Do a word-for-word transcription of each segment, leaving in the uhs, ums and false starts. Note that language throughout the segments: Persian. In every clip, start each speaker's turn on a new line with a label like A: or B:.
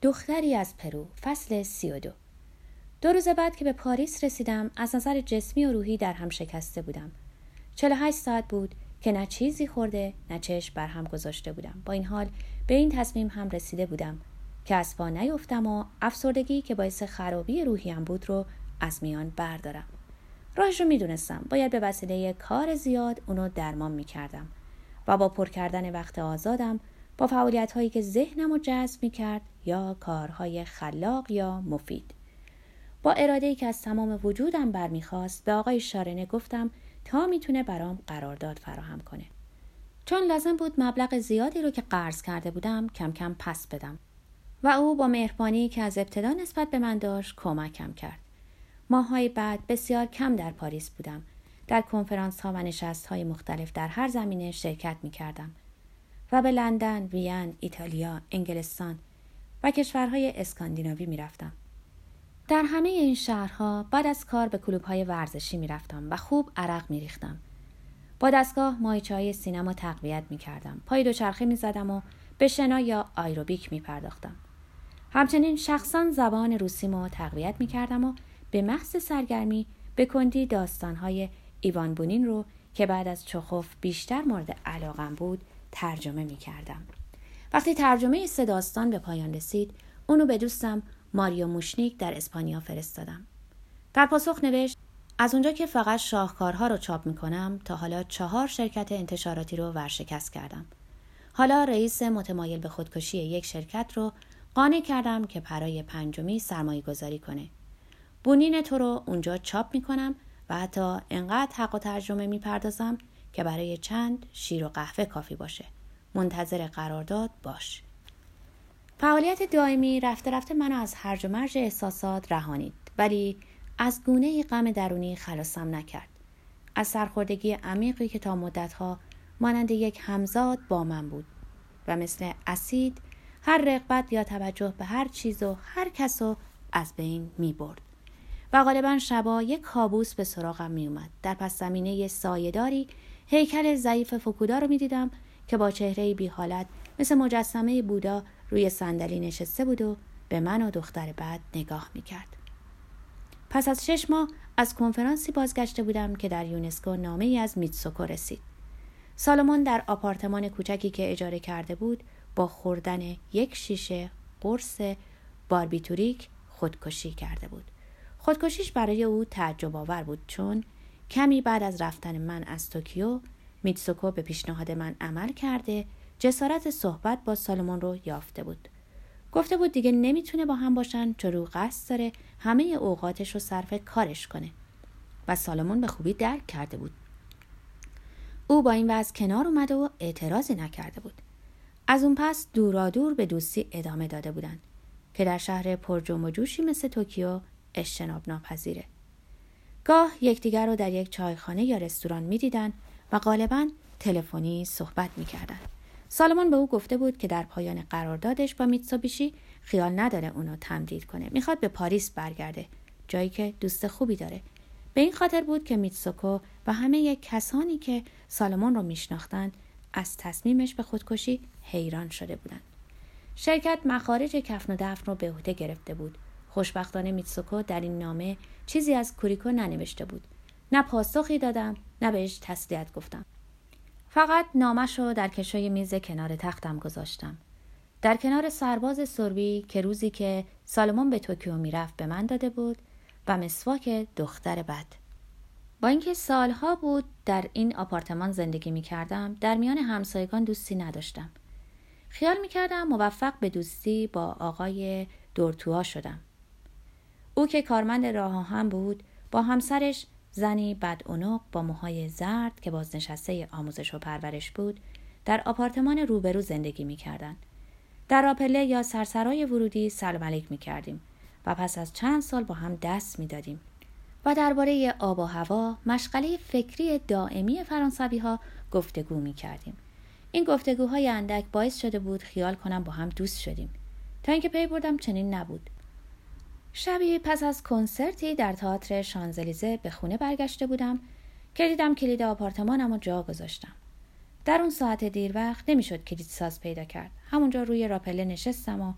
A: دختری از پرو، فصل سی و دو. دو روز بعد که به پاریس رسیدم از نظر جسمی و روحی در هم شکسته بودم. چهل و هشت ساعت بود که نه چیزی خورده نه چشم بر هم گذاشته بودم. با این حال به این تصمیم هم رسیده بودم که از پا نیفتم و افسردگی که باعث خرابی روحیم بود رو از میان بردارم. راهش رو میدونستم. باید به وسیله کار زیاد اونو درمان میکردم و با پر کردن وقت آزادم با فعالیت هایی که ذهنم رو جذب میکرد یا کارهای خلاق یا مفید. با اراده‌ای که از تمام وجودم برمیخواست به آقای شارنه گفتم تا میتونه برام قرارداد فراهم کنه. چون لازم بود مبلغ زیادی رو که قرض کرده بودم کم کم پس بدم و او با مهربانی که از ابتدا نسبت به من داشت کمکم کرد. ماه‌های بعد بسیار کم در پاریس بودم. در کنفرانس‌ها و نشست‌های مختلف در هر زمینه شرکت می‌کردم و به لندن، وین، ایتالیا، انگلستان و کشورهای اسکاندیناوی می‌رفتم. در همه این شهرها بعد از کار به کلوب‌های ورزشی می‌رفتم و خوب عرق می‌ریختم. با دستگاه ماهیچه‌های سینما تقویت می‌کردم. پای دوچرخه می‌زدم و به شنا یا آیروبیک می‌پرداختم. همچنین شخصاً زبان روسیمو تقویت می‌کردم و به محض سرگرمی به کندی داستان‌های ایوان بونین رو که بعد از چخوف بیشتر مورد علاقم بود ترجمه می‌کردم. وقتی ترجمه سه داستان به پایان رسید، اونو به دوستم ماریو موشنیک در اسپانیا فرستادم. در پاسخ نوشت از اونجا که فقط شاهکارها رو چاپ می‌کنم تا حالا چهار شرکت انتشاراتی رو ورشکست کردم. حالا رئیس متمایل به خودکشی یک شرکت رو قانع کردم که برای پنجمی سرمایه گذاری کنه. بونین تو رو اونجا چاپ میکنم و حتی انقدر حق و ترجمه میپردازم که برای چند شیر و قهوه کافی باشه. منتظر قرارداد باش. فعالیت دائمی رفته رفته منو از هرج و مرج احساسات رهانید، ولی از گونه غم درونی خلاصم نکرد. از سرخوردگی عمیقی که تا مدتها مانند یک همزاد با من بود و مثل اسید هر رغبت یا توجه به هر چیز و هر کسو از بین می برد. و غالباً شبا یک کابوس به سراغم می اومد. در پس زمینه سایه‌داری هیکل ضعیف فوکودا رو می دیدم که با چهره‌ای بی حالت مثل مجسمه بودا روی صندلی نشسته بود و به من و دختر بعد نگاه می کرد. پس از شش ماه از کنفرانسی بازگشته بودم که در یونسکو نامه‌ای از میتسوکو رسید. سالمون در آپارتمان کوچکی که اجاره کرده بود با خوردن یک شیشه قرص باربیتوریک خودکشی کرده بود. خودکشیش برای او تعجب آور بود چون کمی بعد از رفتن من از توکیو میتسوکو به پیشنهاد من عمل کرده جسارت صحبت با سالمون رو یافته بود. گفته بود دیگه نمیتونه با هم باشن چون رو قصد داره همه اوقاتش رو صرف کارش کنه و سالمون به خوبی درک کرده بود. او با این وضع کنار اومده و اعتراضی نکرده بود. از اون پس دورا دور به دوستی ادامه داده بودن که در شهر پر جنب و جوشی مثل توکیو اجتناب ناپذیره. گاه یکدیگر رو در یک چایخانه یا رستوران می‌دیدن و غالباً تلفنی صحبت می‌کردن. سالمون به او گفته بود که در پایان قراردادش با میتسوبیشی خیال نداره اونو تمدید کنه. میخواد به پاریس برگرده، جایی که دوست خوبی داره. به این خاطر بود که میتسوکو و همه کسانی که سالمون رو میشناختن از تصمیمش به خودکشی حیران شده بودند. شرکت مخارج کفن و دفن رو به عهده گرفته بود. خوشبختانه میتسوکو در این نامه چیزی از کوریکو ننوشته بود. نه پاسخی دادم نه بهش تسلیت گفتم. فقط نامش رو در کشوی میز کنار تختم گذاشتم. در کنار سرباز سربی که روزی که سالمون به توکیو میرفت به من داده بود و مسواک دختر بد. با اینکه سالها بود در این آپارتمان زندگی میکردم در میان همسایگان دوستی نداشتم. خیال میکردم موفق به دوستی با آقای دورتوها شدم. او که کارمند راه آهن بود با همسرش زنی بدعنق با موهای زرد که بازنشسته آموزش و پرورش بود در آپارتمان روبرو زندگی می‌کردند. در راپله یا سرسرای ورودی سلام علیک می‌کردیم و پس از چند سال با هم دست می‌دادیم و درباره آب و هوا مشغله فکری دائمی فرانسوی‌ها گفتگو می‌کردیم. این گفتگوهای اندک باعث شده بود خیال کنم با هم دوست شدیم تا اینکه پی بردم چنین نبود. شبی پس از کنسرتی در تئاتر شانزلیزه به خونه برگشته بودم که دیدم کلید آپارتمانم رو جا گذاشتم. در اون ساعت دیر وقت نمیشد کلید ساز پیدا کرد. همونجا روی راپله نشستم و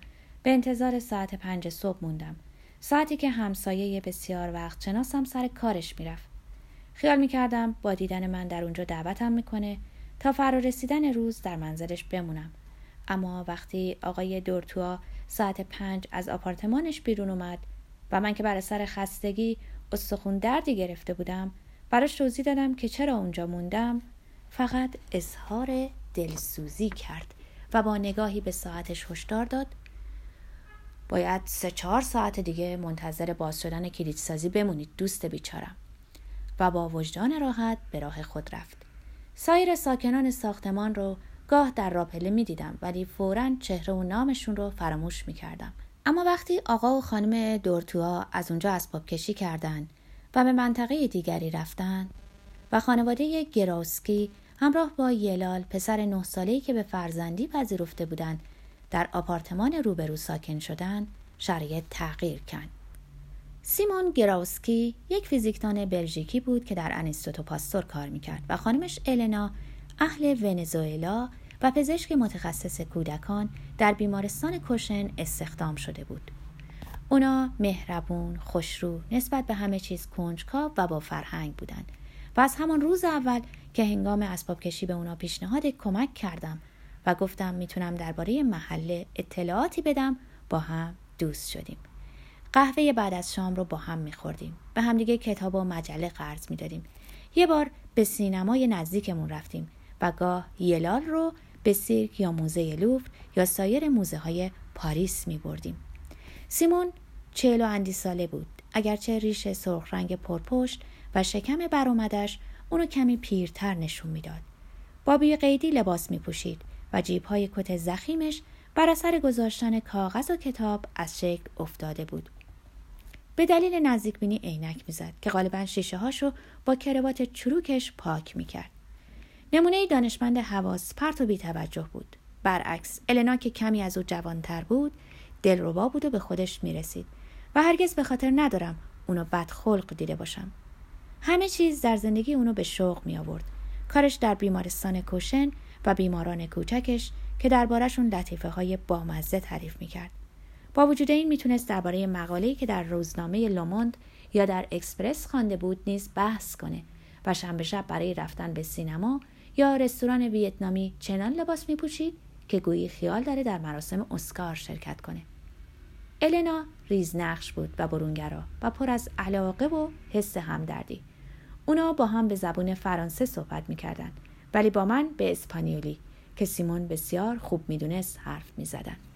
A: به انتظار ساعت پنج صبح موندم. ساعتی که همسایه بسیار وقت شناسم سر کارش میرفت. خیال میکردم با دیدن من در اونجا دعوتم میکنه تا فرا رسیدن روز در منزلش بمونم. اما وقتی آقای دورتوا ساعت پنج از آپارتمانش بیرون اومد و من که بر سر خستگی استخون دردی گرفته بودم براش توضیح دادم که چرا اونجا موندم، فقط اظهار دلسوزی کرد و با نگاهی به ساعتش هشدار داد باید سه چهار ساعت دیگه منتظر باز شدن کلیدسازی بمونید دوست بیچارم، و با وجدان راحت به راه خود رفت. سایر ساکنان ساختمان رو گاه در راپله می دیدم ولی فوراً چهره و نامشون رو فراموش می کردم. اما وقتی آقا و خانم دورتوا از اونجا اسباب کشی کردن و به منطقه دیگری رفتن و خانواده گراوسکی همراه با یلال پسر نه ساله‌ای که به فرزندی پذیرفته بودند در آپارتمان روبرو ساکن شدن، شرایط تغییر کرد. سیمون گراوسکی یک فیزیکدان بلژیکی بود که در انستیتو پاستور کار میکرد و خانمش النا اهل ونزوئلا و پزشک متخصص کودکان در بیمارستان کوشن استخدام شده بود. اونا مهربون، خوشرو، نسبت به همه چیز کنجکاو و با فرهنگ بودند و از همان روز اول که هنگام اسباب کشی به اونا پیشنهاد کمک کردم و گفتم میتونم درباره محله اطلاعاتی بدم، با هم دوست شدیم. قهوه بعد از شام رو با هم میخوردیم. به همدیگه کتاب و مجله قرض میدادیم. یه بار به سینمای نزدیکمون رفتیم و گاه یلال رو به سیرک یا موزه لوور یا سایر موزه های پاریس میبردیم. سیمون چهل و اندی ساله بود. اگرچه ریش سرخ رنگ پرپشت و شکم برآمدش اونو کمی پیرتر نشون میداد. با بی قیدی لباس میپوشید و جیب‌های کت ضخیمش بر اثر گذاشتن کاغذ و کتاب از شکل افتاده بود. به دلیل نزدیک بینی عینک میزد که غالباً شیشه هاشو با کراوات چروکش پاک میکرد. نمونه دانشمند حواس پرت و بی توجه بود. برعکس النا که کمی از او جوانتر بود، دلربا بود و به خودش میرسید و هرگز به خاطر ندارم اونو بدخلق دیده باشم. همه چیز در زندگی اونو به شوق می آورد. کارش در بیمارستان کوشن و بیماران کوچکش که درباره‌شون لطیفه های بامزه تعریف میکرد. با وجود این میتونست درباره مقاله‌ای که در روزنامه لوموند یا در اکسپرس خوانده بود نیز بحث کنه و شنبه شب برای رفتن به سینما یا رستوران ویتنامی چنان لباس میپوشید که گویی خیال داره در مراسم اسکار شرکت کنه. النا ریزنقش بود و برونگرا و پر از علاقه و حس همدردی. اونا با هم به زبان فرانسه صحبت میکردن ولی با من به اسپانیولی که سیمون بسیار خوب میدونست حرف میزدن.